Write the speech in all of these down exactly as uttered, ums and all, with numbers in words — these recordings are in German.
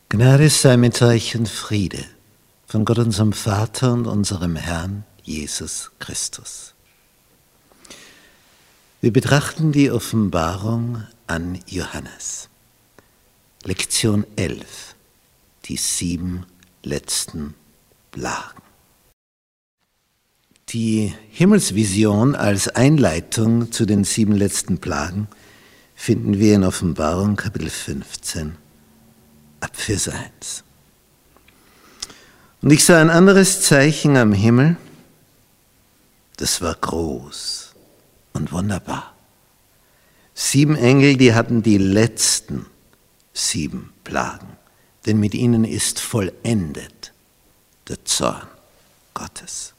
Gnade sei mit euch und Friede von Gott unserem Vater und unserem Herrn Jesus Christus. Wir betrachten die Offenbarung an Johannes. Lektion elf, die sieben letzten Plagen. Die Himmelsvision als Einleitung zu den sieben letzten Plagen finden wir in Offenbarung Kapitel fünfzehn, ab Vers eins. Und ich sah ein anderes Zeichen am Himmel, das war groß und wunderbar. Sieben Engel, die hatten die letzten sieben Plagen, denn mit ihnen ist vollendet der Zorn Gottes.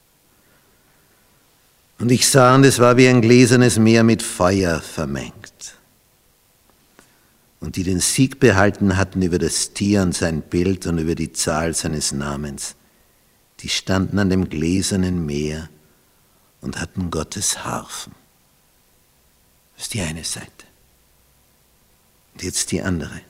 Und ich sah, und es war wie ein gläsernes Meer mit Feuer vermengt. Und die den Sieg behalten hatten über das Tier und sein Bild und über die Zahl seines Namens, die standen an dem gläsernen Meer und hatten Gottes Harfen. Das ist die eine Seite. Und jetzt die andere.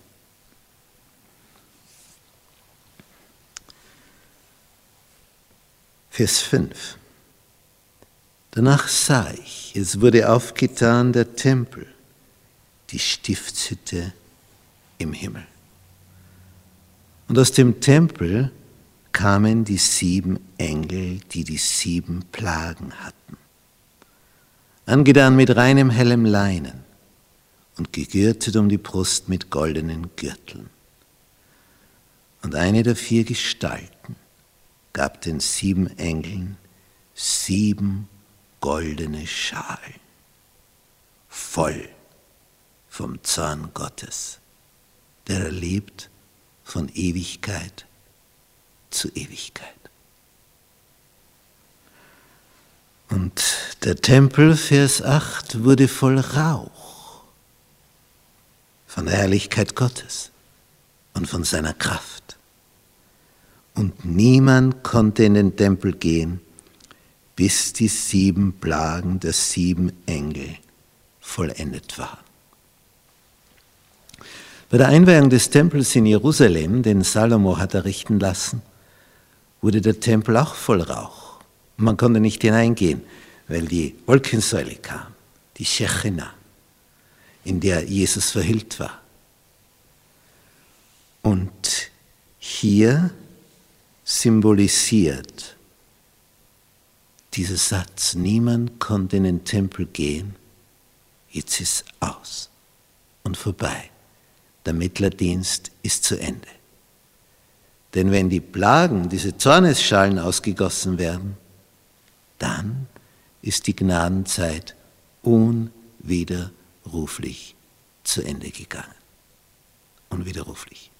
Vers fünf. Danach sah ich, es wurde aufgetan der Tempel, die Stiftshütte im Himmel. Und aus dem Tempel kamen die sieben Engel, die die sieben Plagen hatten, angetan mit reinem hellem Leinen und gegürtet um die Brust mit goldenen Gürteln. Und eine der vier Gestalten gab den sieben Engeln sieben goldene Schalen, voll vom Zorn Gottes, der erlebt von Ewigkeit zu Ewigkeit. Und der Tempel, Vers acht, wurde voll Rauch von der Herrlichkeit Gottes und von seiner Kraft. Und niemand konnte in den Tempel gehen, bis die sieben Plagen der sieben Engel vollendet waren. Bei der Einweihung des Tempels in Jerusalem, den Salomo hat errichten lassen, wurde der Tempel auch voll Rauch. Man konnte nicht hineingehen, weil die Wolkensäule kam, die Schechina, in der Jesus verhüllt war. Und hier symbolisiert dieser Satz, niemand konnte in den Tempel gehen, jetzt ist aus und vorbei. Der Mittlerdienst ist zu Ende. Denn wenn die Plagen, diese Zornesschalen ausgegossen werden, dann ist die Gnadenzeit unwiderruflich zu Ende gegangen. Unwiderruflich.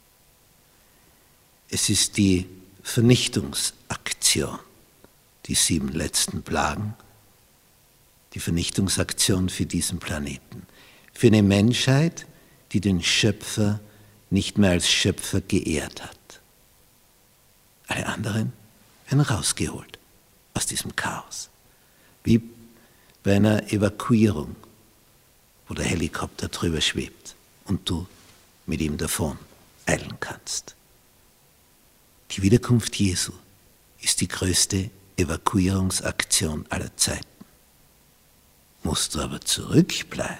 Es ist die Vernichtungsaktion, die sieben letzten Plagen, die Vernichtungsaktion für diesen Planeten, für eine Menschheit, die den Schöpfer nicht mehr als Schöpfer geehrt hat. Alle anderen werden rausgeholt aus diesem Chaos. Wie bei einer Evakuierung, wo der Helikopter drüber schwebt und du mit ihm davon eilen kannst. Die Wiederkunft Jesu ist die größte Evakuierungsaktion aller Zeiten. Musst du aber zurückbleiben,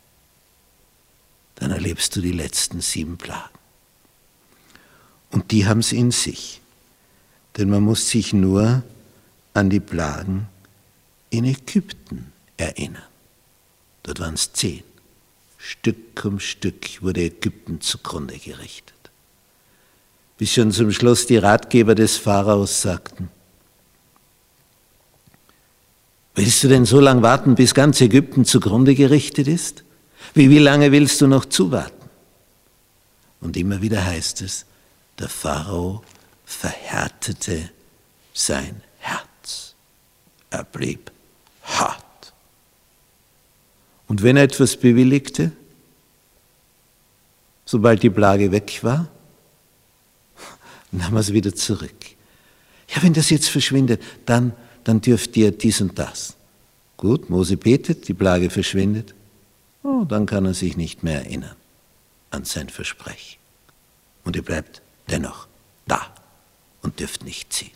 dann erlebst du die letzten sieben Plagen. Und die haben es in sich. Denn man muss sich nur an die Plagen in Ägypten erinnern. Dort waren es zehn. Stück um Stück wurde Ägypten zugrunde gerichtet. Bis schon zum Schluss die Ratgeber des Pharaos sagten, willst du denn so lange warten, bis ganz Ägypten zugrunde gerichtet ist? Wie, wie lange willst du noch zuwarten? Und immer wieder heißt es, der Pharao verhärtete sein Herz. Er blieb hart. Und wenn er etwas bewilligte, sobald die Plage weg war, nahm er es wieder zurück. Ja, wenn das jetzt verschwindet, dann, dann dürft ihr dies und das. Gut, Mose betet, die Plage verschwindet. Oh, dann kann er sich nicht mehr erinnern an sein Versprechen. Und und ihr bleibt dennoch da und dürft nicht ziehen.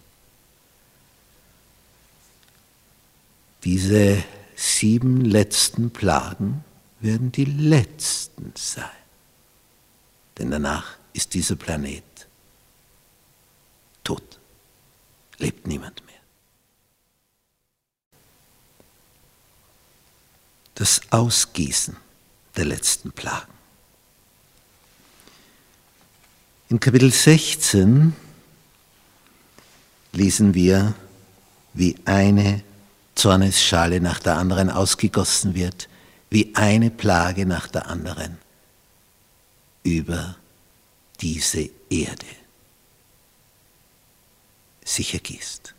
Diese sieben letzten Plagen werden die letzten sein, denn danach ist dieser Planet tot, lebt niemand mehr. Das Ausgießen der letzten Plagen. In Kapitel sechzehn lesen wir, wie eine Zornesschale nach der anderen ausgegossen wird, wie eine Plage nach der anderen über diese Erde sich ergießt.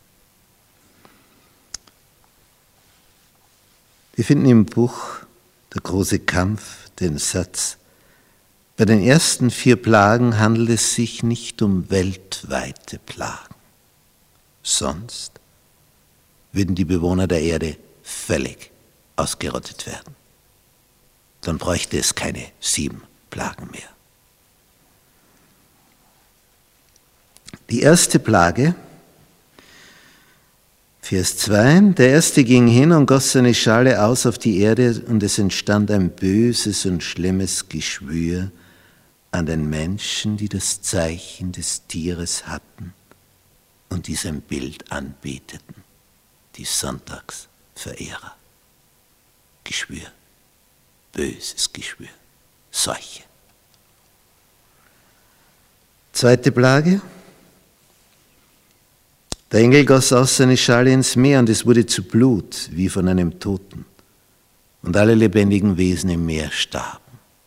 Wir finden im Buch Der große Kampf den Satz: Bei den ersten vier Plagen handelt es sich nicht um weltweite Plagen. Sonst würden die Bewohner der Erde völlig ausgerottet werden. Dann bräuchte es keine sieben Plagen mehr. Die erste Plage, Vers zwei, der erste ging hin und goss seine Schale aus auf die Erde, und es entstand ein böses und schlimmes Geschwür an den Menschen, die das Zeichen des Tieres hatten und die sein Bild anbeteten, die Sonntagsverehrer. Geschwür, böses Geschwür, Seuche. Zweite Plage. Der Engel goss aus seine Schale ins Meer, und es wurde zu Blut, wie von einem Toten. Und alle lebendigen Wesen im Meer starben.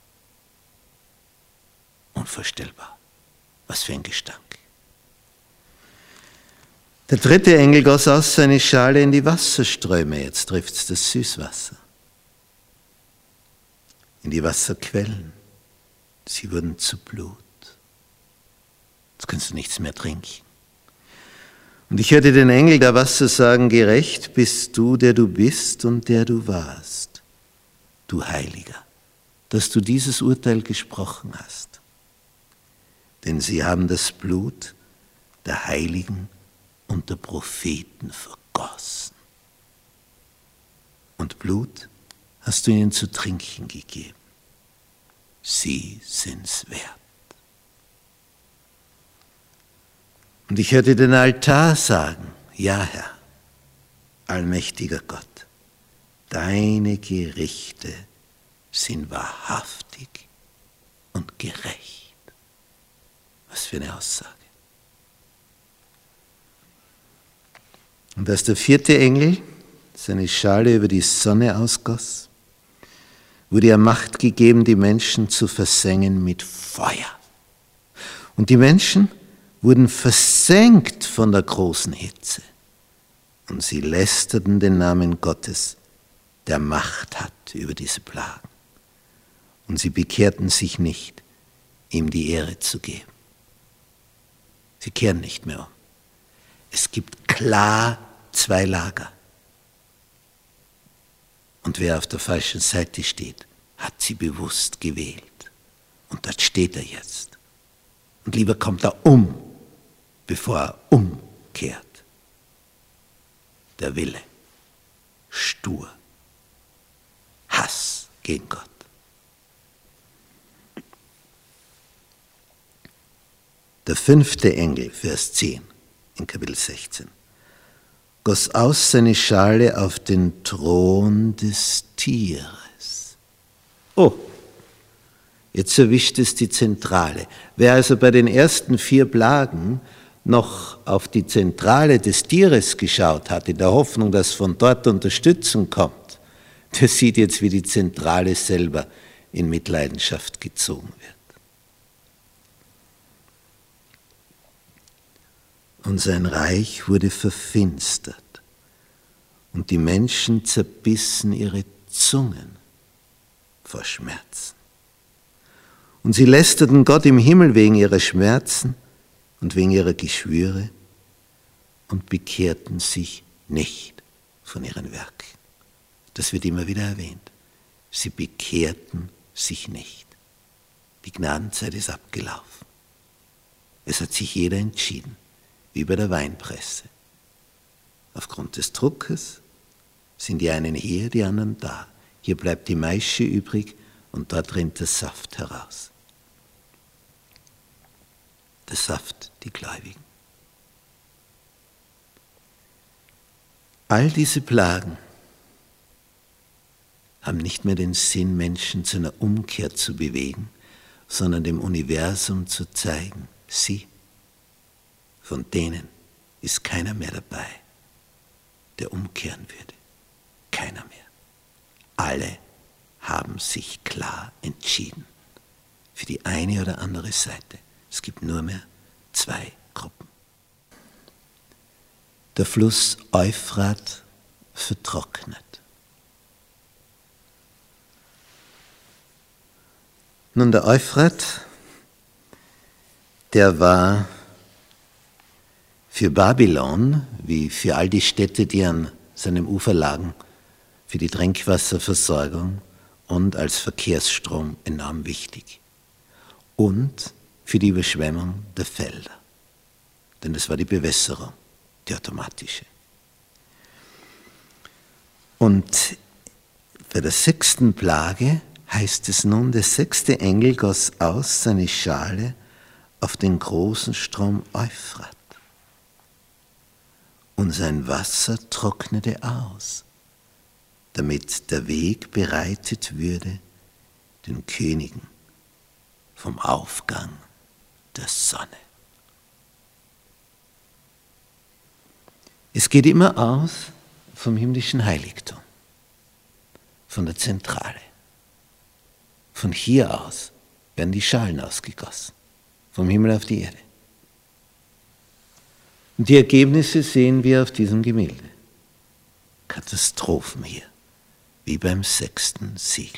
Unvorstellbar. Was für ein Gestank. Der dritte Engel goss aus seine Schale in die Wasserströme, jetzt trifft es das Süßwasser, in die Wasserquellen. Sie wurden zu Blut. Jetzt kannst du nichts mehr trinken. Und ich hörte den Engel der Wasser sagen: Gerecht bist du, der du bist und der du warst, du Heiliger, dass du dieses Urteil gesprochen hast. Denn sie haben das Blut der Heiligen und der Propheten vergossen. Und Blut hast du ihnen zu trinken gegeben. Sie sind's wert. Und ich hörte den Altar sagen: Ja, Herr, allmächtiger Gott, deine Gerichte sind wahrhaftig und gerecht. Was für eine Aussage. Und als der vierte Engel seine Schale über die Sonne ausgoss, wurde ihr Macht gegeben, die Menschen zu versengen mit Feuer. Und die Menschen wurden versenkt von der großen Hitze. Und sie lästerten den Namen Gottes, der Macht hat über diese Plagen. Und sie bekehrten sich nicht, ihm die Ehre zu geben. Sie kehren nicht mehr um. Es gibt klar zwei Lager. Und wer auf der falschen Seite steht, hat sie bewusst gewählt. Und dort steht er jetzt. Und lieber kommt er um, bevor er umkehrt. Der Wille, stur, Hass gegen Gott. Der fünfte Engel, Vers zehn in Kapitel sechzehn, goss aus seine Schale auf den Thron des Tieres. Oh, jetzt erwischt es die Zentrale. Wer also bei den ersten vier Plagen noch auf die Zentrale des Tieres geschaut hat, in der Hoffnung, dass von dort Unterstützung kommt, der sieht jetzt, wie die Zentrale selber in Mitleidenschaft gezogen wird. Und sein Reich wurde verfinstert, und die Menschen zerbissen ihre Zungen vor Schmerzen. Und sie lästerten Gott im Himmel wegen ihrer Schmerzen und wegen ihrer Geschwüre und bekehrten sich nicht von ihren Werken. Das wird immer wieder erwähnt. Sie bekehrten sich nicht. Die Gnadenzeit ist abgelaufen. Es hat sich jeder entschieden, wie bei der Weinpresse. Aufgrund des Druckes sind die einen hier, die anderen da. Hier bleibt die Maische übrig und dort rinnt der Saft heraus. Der Saft, die Gläubigen. All diese Plagen haben nicht mehr den Sinn, Menschen zu einer Umkehr zu bewegen, sondern dem Universum zu zeigen, sie, von denen ist keiner mehr dabei, der umkehren würde. Keiner mehr. Alle haben sich klar entschieden für die eine oder andere Seite. Es gibt nur mehr zwei Gruppen. Der Fluss Euphrat vertrocknet. Nun, der Euphrat, der war für Babylon, wie für all die Städte, die an seinem Ufer lagen, für die Trinkwasserversorgung und als Verkehrsstrom enorm wichtig. Und für die Überschwemmung der Felder. Denn das war die Bewässerung, die automatische. Und bei der sechsten Plage heißt es nun, der sechste Engel goss aus seine Schale auf den großen Strom Euphrat. Und sein Wasser trocknete aus, damit der Weg bereitet würde den Königen vom Aufgang der Sonne. Es geht immer aus vom himmlischen Heiligtum, von der Zentrale. Von hier aus werden die Schalen ausgegossen, vom Himmel auf die Erde. Und die Ergebnisse sehen wir auf diesem Gemälde. Katastrophen hier, wie beim sechsten Siegel.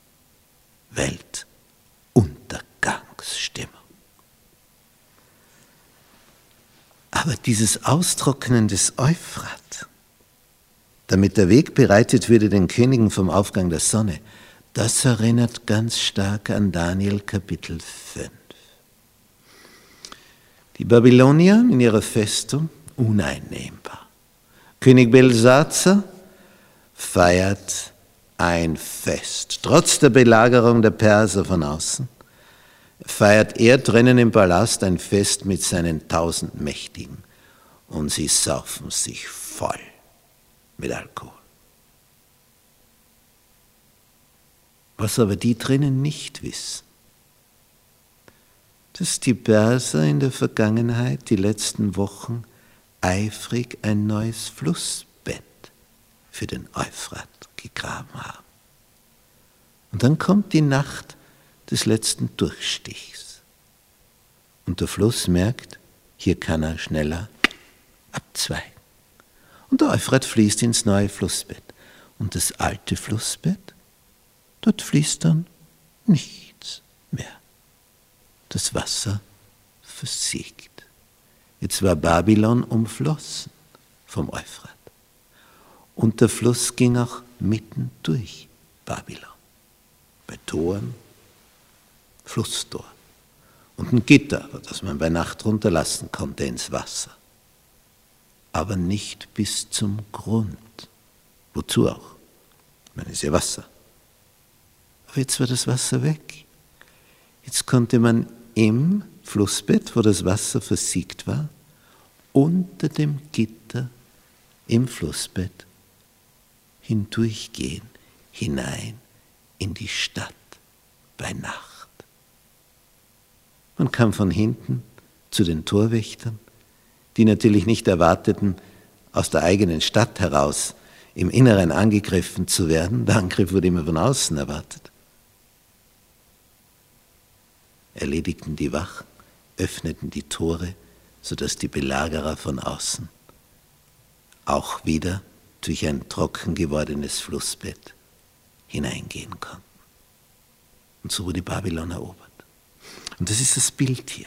Weltuntergangsstimmung. Aber dieses Austrocknen des Euphrat, damit der Weg bereitet würde den Königen vom Aufgang der Sonne, das erinnert ganz stark an Daniel Kapitel fünf. Die Babylonier in ihrer Festung, uneinnehmbar. König Belsazar feiert ein Fest. Trotz der Belagerung der Perser von außen feiert er drinnen im Palast ein Fest mit seinen tausend Mächtigen. Und sie saufen sich voll mit Alkohol. Was aber die drinnen nicht wissen, dass die Perser in der Vergangenheit, die letzten Wochen, eifrig ein neues Flussbett für den Euphrat gegraben haben. Und dann kommt die Nacht des letzten Durchstichs. Und der Fluss merkt, hier kann er schneller abzweigen. Und der Euphrat fließt ins neue Flussbett. Und das alte Flussbett, dort fließt dann nichts mehr. Das Wasser versiegt. Jetzt war Babylon umflossen vom Euphrat. Und der Fluss ging auch mitten durch Babylon. Bei Toren, Flusstor. Und ein Gitter, das man bei Nacht runterlassen konnte ins Wasser. Aber nicht bis zum Grund. Wozu auch? Ich meine, es ist ja Wasser. Aber jetzt war das Wasser weg. Jetzt konnte man im Flussbett, wo das Wasser versiegt war, unter dem Gitter im Flussbett hindurchgehen, hinein in die Stadt bei Nacht. Man kam von hinten zu den Torwächtern, die natürlich nicht erwarteten, aus der eigenen Stadt heraus im Inneren angegriffen zu werden. Der Angriff wurde immer von außen erwartet. Erledigten die Wachen, öffneten die Tore, sodass die Belagerer von außen auch wieder durch ein trocken gewordenes Flussbett hineingehen konnten. Und so wurde Babylon erobert. Und das ist das Bild hier.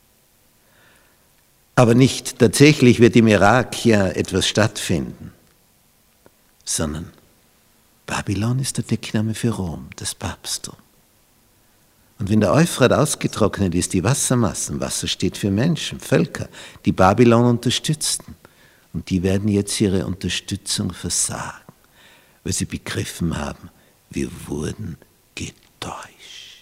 Aber nicht tatsächlich wird im Irak hier etwas stattfinden, sondern Babylon ist der Deckname für Rom, das Papsttum. Und wenn der Euphrat ausgetrocknet ist, die Wassermassen, Wasser steht für Menschen, Völker, die Babylon unterstützten. Und die werden jetzt ihre Unterstützung versagen, weil sie begriffen haben, wir wurden getäuscht.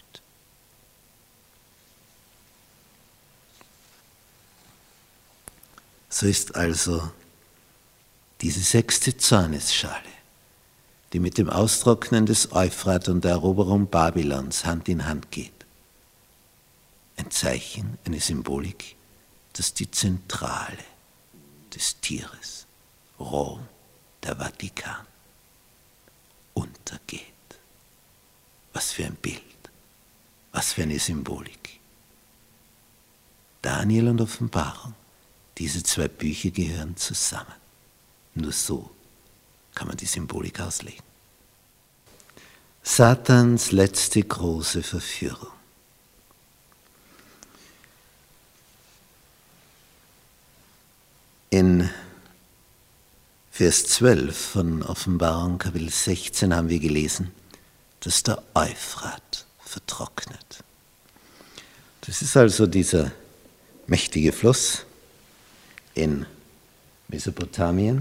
So ist also diese sechste Zornesschale, die mit dem Austrocknen des Euphrat und der Eroberung Babylons Hand in Hand geht, ein Zeichen, eine Symbolik, dass die Zentrale des Tieres, Rom, der Vatikan, untergeht. Was für ein Bild, was für eine Symbolik. Daniel und Offenbarung, diese zwei Bücher gehören zusammen. Nur so kann man die Symbolik auslegen. Satans letzte große Verführung. In Vers zwölf von Offenbarung Kapitel sechzehn haben wir gelesen, dass der Euphrat vertrocknet. Das ist also dieser mächtige Fluss in Mesopotamien.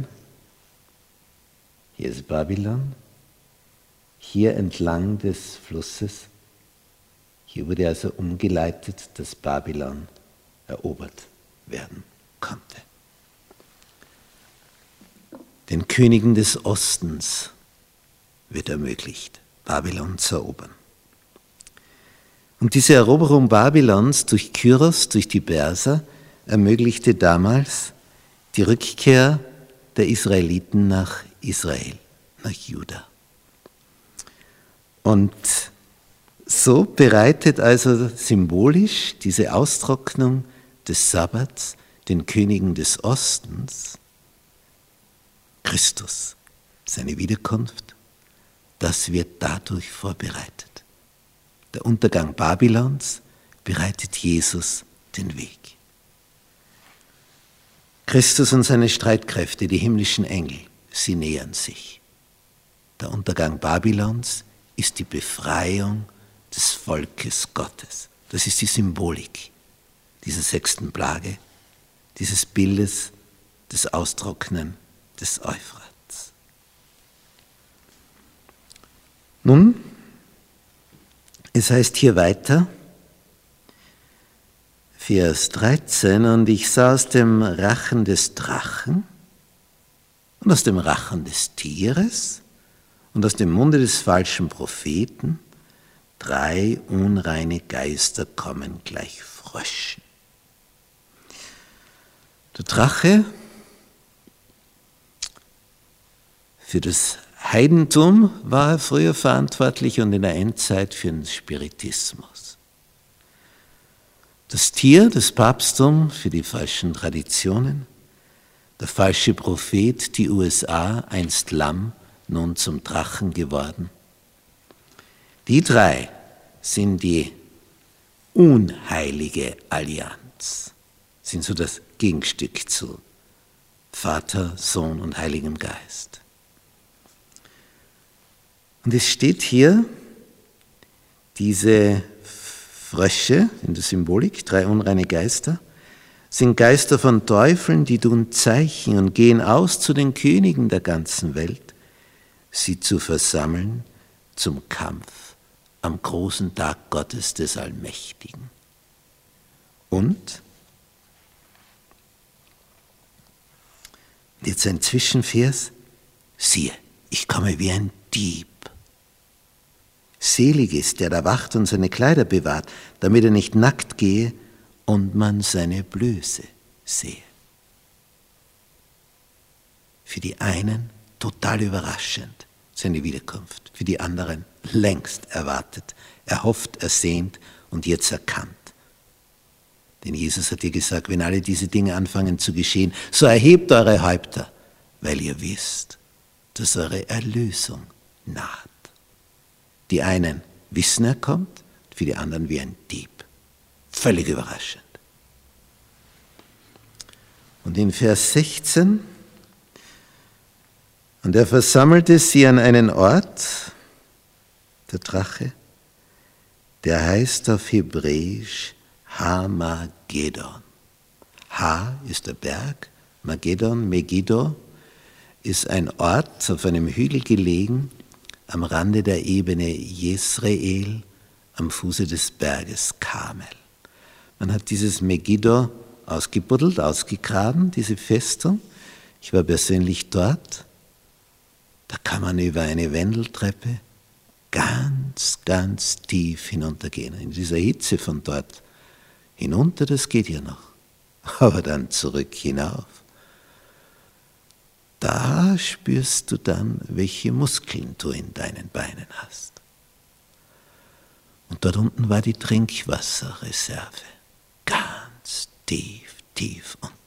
Hier ist Babylon. Hier entlang des Flusses, hier wurde also umgeleitet, dass Babylon erobert werden konnte. Den Königen des Ostens wird ermöglicht, Babylon zu erobern. Und diese Eroberung Babylons durch Kyros, durch die Perser, ermöglichte damals die Rückkehr der Israeliten nach Israel, nach Juda. Und so bereitet also symbolisch diese Austrocknung des Sabbats den Königen des Ostens Christus, seine Wiederkunft, das wird dadurch vorbereitet. Der Untergang Babylons bereitet Jesus den Weg. Christus und seine Streitkräfte, die himmlischen Engel, sie nähern sich. Der Untergang Babylons ist die Befreiung des Volkes Gottes. Das ist die Symbolik dieser sechsten Plage, dieses Bildes des Austrocknen des Euphrats. Nun, es heißt hier weiter, Vers dreizehn, und ich sah aus dem Rachen des Drachen und aus dem Rachen des Tieres und aus dem Munde des falschen Propheten drei unreine Geister kommen gleich Fröschen. Der Drache, für das Heidentum war er früher verantwortlich und in der Endzeit für den Spiritismus. Das Tier, das Papsttum für die falschen Traditionen, der falsche Prophet, die U S A, einst Lamm, nun zum Drachen geworden. Die drei sind die unheilige Allianz, sind so das Gegenstück zu Vater, Sohn und Heiligem Geist. Und es steht hier, diese Frösche in der Symbolik, drei unreine Geister, sind Geister von Teufeln, die tun Zeichen und gehen aus zu den Königen der ganzen Welt, sie zu versammeln zum Kampf am großen Tag Gottes des Allmächtigen. Und jetzt ein Zwischenvers, siehe, ich komme wie ein Dieb. Selig ist, der da wacht und seine Kleider bewahrt, damit er nicht nackt gehe und man seine Blöße sehe. Für die einen total überraschend seine Wiederkunft, für die anderen längst erwartet, erhofft, ersehnt und jetzt erkannt. Denn Jesus hat dir gesagt, wenn alle diese Dinge anfangen zu geschehen, so erhebt eure Häupter, weil ihr wisst, dass eure Erlösung naht. Die einen wissen, er kommt, für die anderen wie ein Dieb. Völlig überraschend. Und in Vers sechzehn, und er versammelte sie an einen Ort, der Drache, der heißt auf Hebräisch Hamageddon. Ha ist der Berg, Mageddon, Megiddo, ist ein Ort auf einem Hügel gelegen, am Rande der Ebene Jesreel, am Fuße des Berges Karmel. Man hat dieses Megiddo ausgebuddelt, ausgegraben, diese Festung. Ich war persönlich dort. Da kann man über eine Wendeltreppe ganz, ganz tief hinuntergehen. In dieser Hitze von dort hinunter, das geht ja noch. Aber dann zurück hinauf. Da spürst du dann, welche Muskeln du in deinen Beinen hast. Und dort unten war die Trinkwasserreserve. Ganz tief, tief unten.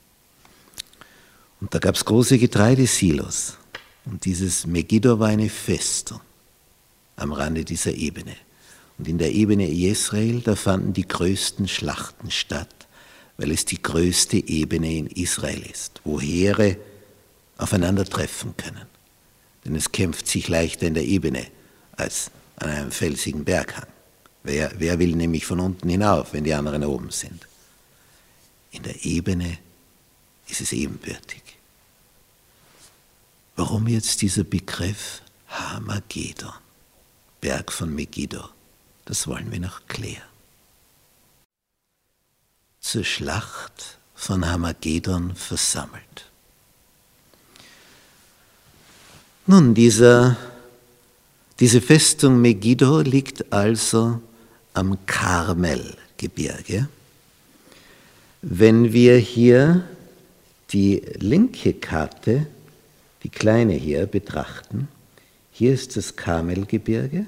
Und da gab es große Getreidesilos. Und dieses Megiddo war eine Festung am Rande dieser Ebene. Und in der Ebene Jesreel, da fanden die größten Schlachten statt, weil es die größte Ebene in Israel ist, wo Heere aufeinandertreffen können. Denn es kämpft sich leichter in der Ebene als an einem felsigen Berghang. Wer, wer will nämlich von unten hinauf, wenn die anderen oben sind? In der Ebene ist es ebenbürtig. Warum jetzt dieser Begriff Hamageddon, Berg von Megiddo? Das wollen wir noch klären. Zur Schlacht von Hamageddon versammelt. Nun, dieser, diese Festung Megiddo liegt also am Karmelgebirge. Wenn wir hier die linke Karte, die kleine hier, betrachten, hier ist das Karmelgebirge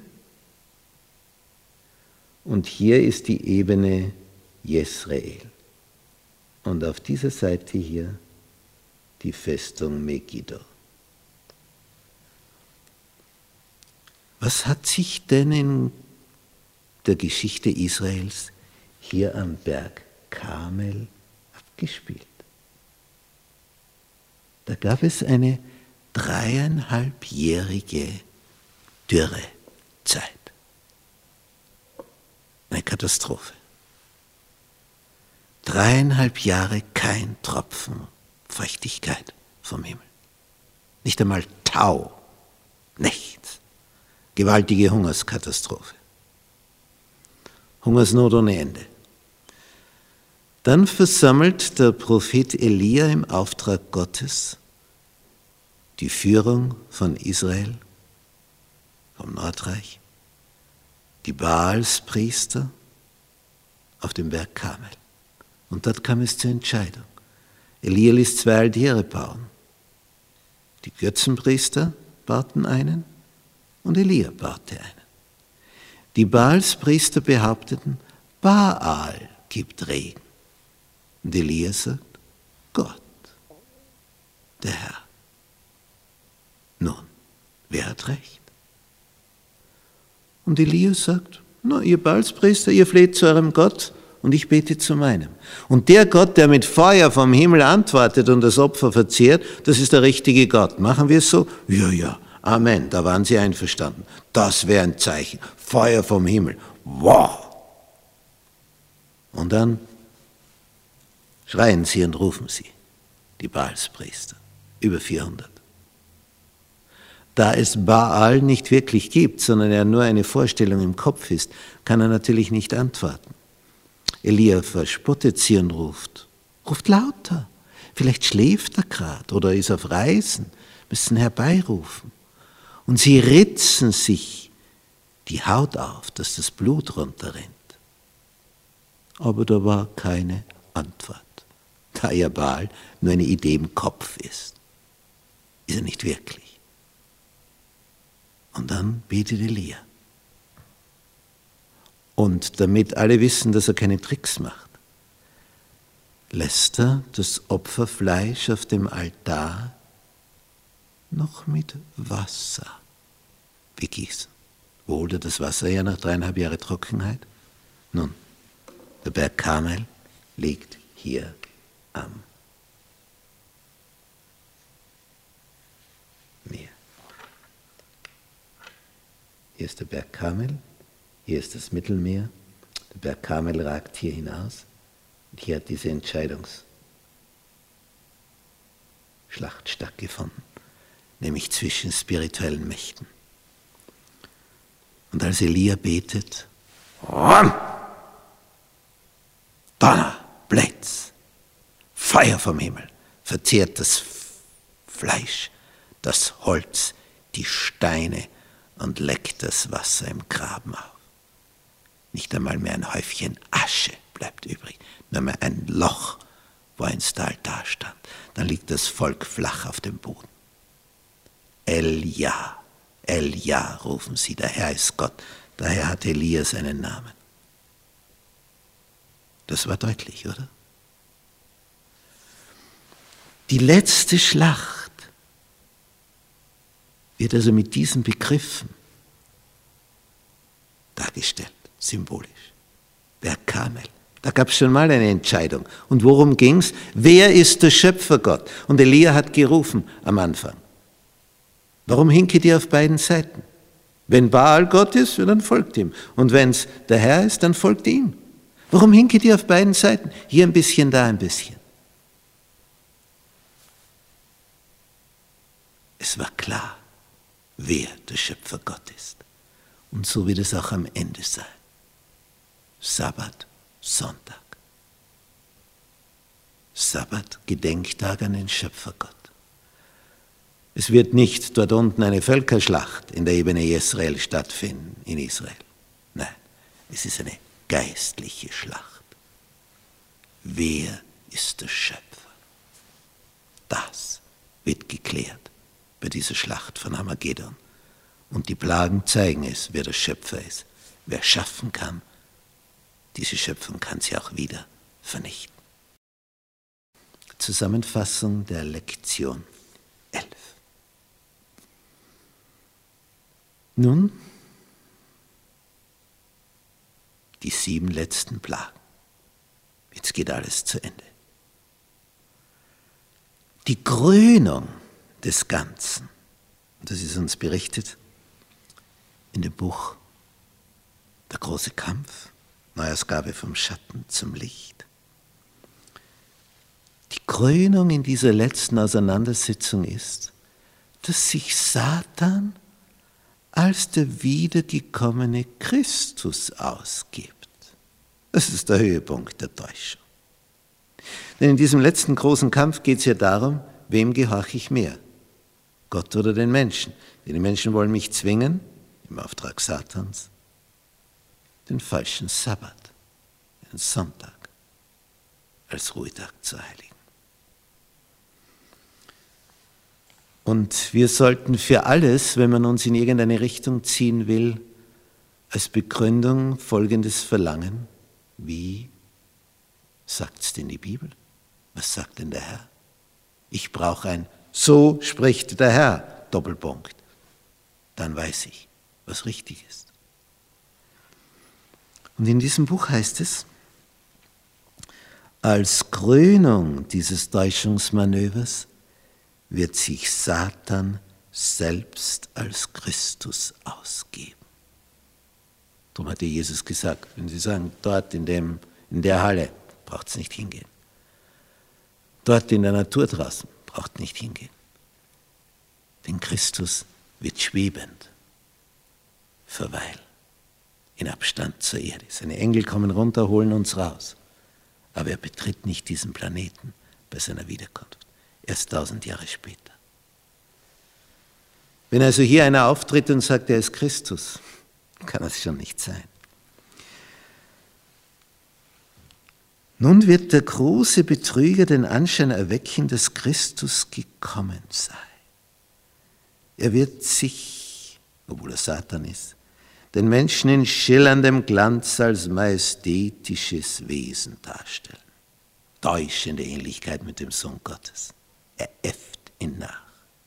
und hier ist die Ebene Jesreel. Und auf dieser Seite hier die Festung Megiddo. Was hat sich denn in der Geschichte Israels hier am Berg Karmel abgespielt? Da gab es eine dreieinhalbjährige Dürrezeit. Eine Katastrophe. Dreieinhalb Jahre kein Tropfen Feuchtigkeit vom Himmel. Nicht einmal Tau. Nichts. Gewaltige Hungerskatastrophe. Hungersnot ohne Ende. Dann versammelt der Prophet Elia im Auftrag Gottes die Führung von Israel, vom Nordreich, die Baalspriester auf dem Berg Karmel. Und dort kam es zur Entscheidung. Elia ließ zwei Altäre bauen. Die Götzenpriester bauten einen und Elia baute einen. Die Baalspriester behaupteten, Baal gibt Regen. Und Elia sagt, Gott, der Herr. Nun, wer hat recht? Und Elia sagt, na, ihr Baalspriester, ihr fleht zu eurem Gott und ich bete zu meinem. Und der Gott, der mit Feuer vom Himmel antwortet und das Opfer verzehrt, das ist der richtige Gott. Machen wir es so? Ja, ja, Amen, da waren sie einverstanden. Das wäre ein Zeichen. Feuer vom Himmel. Wow! Und dann schreien sie und rufen sie, die Baalspriester, über vierhundert. Da es Baal nicht wirklich gibt, sondern er nur eine Vorstellung im Kopf ist, kann er natürlich nicht antworten. Elia verspottet sie und ruft, ruft lauter. Vielleicht schläft er gerade oder ist auf Reisen, müssen herbeirufen. Und sie ritzen sich die Haut auf, dass das Blut runterrinnt. Aber da war keine Antwort, da ja Baal nur eine Idee im Kopf ist. Ist er nicht wirklich. Und dann betet Elia. Und damit alle wissen, dass er keine Tricks macht, lässt er das Opferfleisch auf dem Altar noch mit Wasser begießen. Wo holt er das Wasser her nach dreieinhalb Jahre Trockenheit? Nun, der Berg Karmel liegt hier am Meer. Hier ist der Berg Karmel, Hier ist das Mittelmeer, der Berg Karmel ragt hier hinaus und hier hat diese Entscheidungsschlacht stattgefunden, nämlich zwischen spirituellen Mächten. Und als Elia betet, Donner, Blitz, Feuer vom Himmel, verzehrt das Fleisch, das Holz, die Steine und leckt das Wasser im Graben auf. Nicht einmal mehr ein Häufchen Asche bleibt übrig, nur mehr ein Loch, wo einst der Altar stand. Dann liegt das Volk flach auf dem Boden. Elia, Elia rufen sie, der Herr ist Gott. Daher hat Elia seinen Namen. Das war deutlich, oder? Die letzte Schlacht wird also mit diesen Begriffen dargestellt, symbolisch. Berg Karmel. Da gab es schon mal eine Entscheidung. Und worum ging es? Wer ist der Schöpfergott? Und Elia hat gerufen am Anfang. Warum hinket ihr auf beiden Seiten? Wenn Baal Gott ist, dann folgt ihm. Und wenn es der Herr ist, dann folgt ihm. Warum hinket ihr auf beiden Seiten? Hier ein bisschen, da ein bisschen. Es war klar, wer der Schöpfergott ist. Und so wird es auch am Ende sein. Sabbat, Sonntag. Sabbat, Gedenktag an den Schöpfergott. Es wird nicht dort unten eine Völkerschlacht in der Ebene Jezreel stattfinden, in Israel. Nein, es ist eine geistliche Schlacht. Wer ist der Schöpfer? Das wird geklärt bei dieser Schlacht von Armageddon. Und die Plagen zeigen es, wer der Schöpfer ist. Wer schaffen kann, diese Schöpfung kann sie auch wieder vernichten. Zusammenfassung der Lektion elf. Nun, die sieben letzten Plagen. Jetzt geht alles zu Ende. Die Krönung des Ganzen, das ist uns berichtet in dem Buch Der große Kampf, Neuausgabe vom Schatten zum Licht. Die Krönung in dieser letzten Auseinandersetzung ist, dass sich Satan als der wiedergekommene Christus ausgibt. Das ist der Höhepunkt der Täuschung. Denn in diesem letzten großen Kampf geht es ja darum, wem gehorche ich mehr? Gott oder den Menschen? Denn die Menschen wollen mich zwingen, im Auftrag Satans, den falschen Sabbat, den Sonntag, als Ruhetag zu heiligen. Und wir sollten für alles, wenn man uns in irgendeine Richtung ziehen will, als Begründung Folgendes verlangen. Wie sagt es denn die Bibel? Was sagt denn der Herr? Ich brauche ein So spricht der Herr, Doppelpunkt. Dann weiß ich, was richtig ist. Und in diesem Buch heißt es, als Krönung dieses Täuschungsmanövers wird sich Satan selbst als Christus ausgeben. Darum hat Jesus gesagt, wenn Sie sagen, dort in, dem, in der Halle, braucht es nicht hingehen. Dort in der Natur draußen, braucht nicht hingehen. Denn Christus wird schwebend verweilen, in Abstand zur Erde. Seine Engel kommen runter, holen uns raus. Aber er betritt nicht diesen Planeten bei seiner Wiederkunft. Erst tausend Jahre später. Wenn also hier einer auftritt und sagt, er ist Christus, kann das schon nicht sein. Nun wird der große Betrüger den Anschein erwecken, dass Christus gekommen sei. Er wird sich, obwohl er Satan ist, den Menschen in schillerndem Glanz als majestätisches Wesen darstellen. Täuschende Ähnlichkeit mit dem Sohn Gottes. Er äfft ihn nach.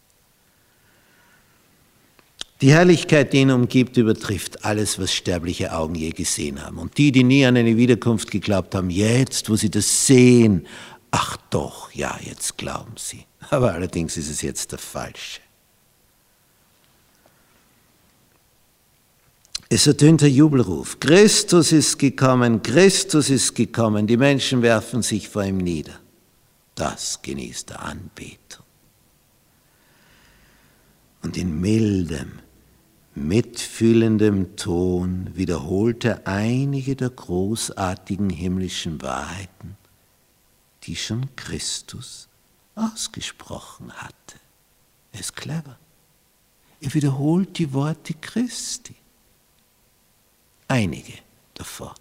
Die Herrlichkeit, die ihn umgibt, übertrifft alles, was sterbliche Augen je gesehen haben. Und die, die nie an eine Wiederkunft geglaubt haben, jetzt, wo sie das sehen, ach doch, ja, jetzt glauben sie. Aber allerdings ist es jetzt der Falsche. Es ertönt der Jubelruf. Christus ist gekommen, Christus ist gekommen. Die Menschen werfen sich vor ihm nieder. Das genießt der Anbetung. Und in mildem, mitfühlendem Ton wiederholt er einige der großartigen himmlischen Wahrheiten, die schon Christus ausgesprochen hatte. Er ist clever. Er wiederholt die Worte Christi. Einige davon,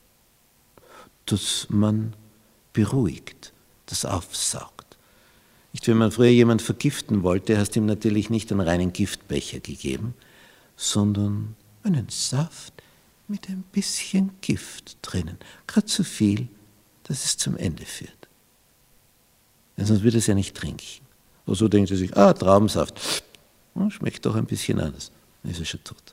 dass man beruhigt, das aufsaugt. Nicht, wenn man früher jemand vergiften wollte, hast du ihm natürlich nicht einen reinen Giftbecher gegeben, sondern einen Saft mit ein bisschen Gift drinnen. Gerade so viel, dass es zum Ende führt. Denn sonst würde er es ja nicht trinken. Oder so denkt er sich, ah, Traubensaft, oh, schmeckt doch ein bisschen anders. Dann ist er schon tot.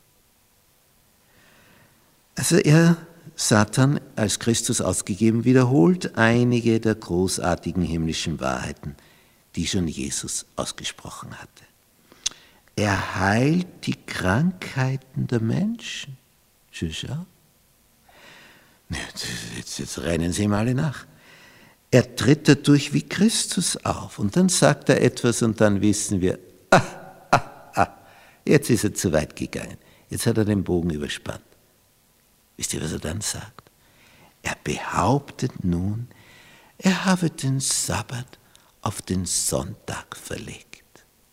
Also er, Satan, als Christus ausgegeben, wiederholt einige der großartigen himmlischen Wahrheiten, die schon Jesus ausgesprochen hatte. Er heilt die Krankheiten der Menschen. Schau. Jetzt, jetzt, jetzt rennen sie ihm alle nach. Er tritt dadurch wie Christus auf und dann sagt er etwas und dann wissen wir, ah, ah, ah, jetzt ist er zu weit gegangen. Jetzt hat er den Bogen überspannt. Wisst ihr, was er dann sagt? Er behauptet nun, er habe den Sabbat auf den Sonntag verlegt.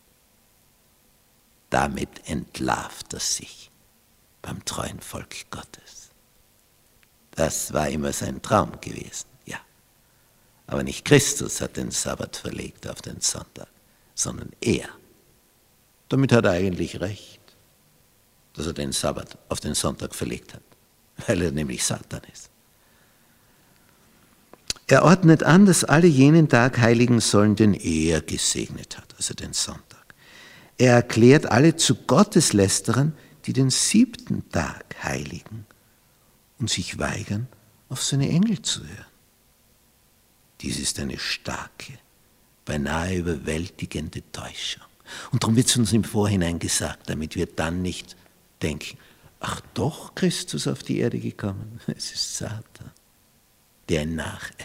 Damit entlarvt er sich beim treuen Volk Gottes. Das war immer sein Traum gewesen, ja. Aber nicht Christus hat den Sabbat verlegt auf den Sonntag, sondern er. Damit hat er eigentlich recht, dass er den Sabbat auf den Sonntag verlegt hat, weil er nämlich Satan ist. Er ordnet an, dass alle jenen Tag heiligen sollen, den er gesegnet hat, also den Sonntag. Er erklärt alle zu Gotteslästerern, die den siebten Tag heiligen und sich weigern, auf seine Engel zu hören. Dies ist eine starke, beinahe überwältigende Täuschung. Und darum wird es uns im Vorhinein gesagt, damit wir dann nicht denken, ach doch, Christus auf die Erde gekommen. Es ist Satan, der nachäfft.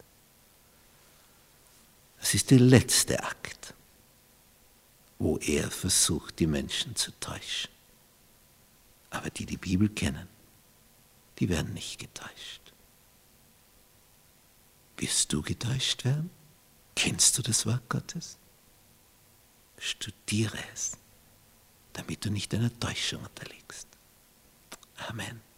Das ist der letzte Akt, wo er versucht, die Menschen zu täuschen. Aber die, die Bibel kennen, die werden nicht getäuscht. Wirst du getäuscht werden? Kennst du das Wort Gottes? Studiere es, damit du nicht einer Täuschung unterliegst. Amen.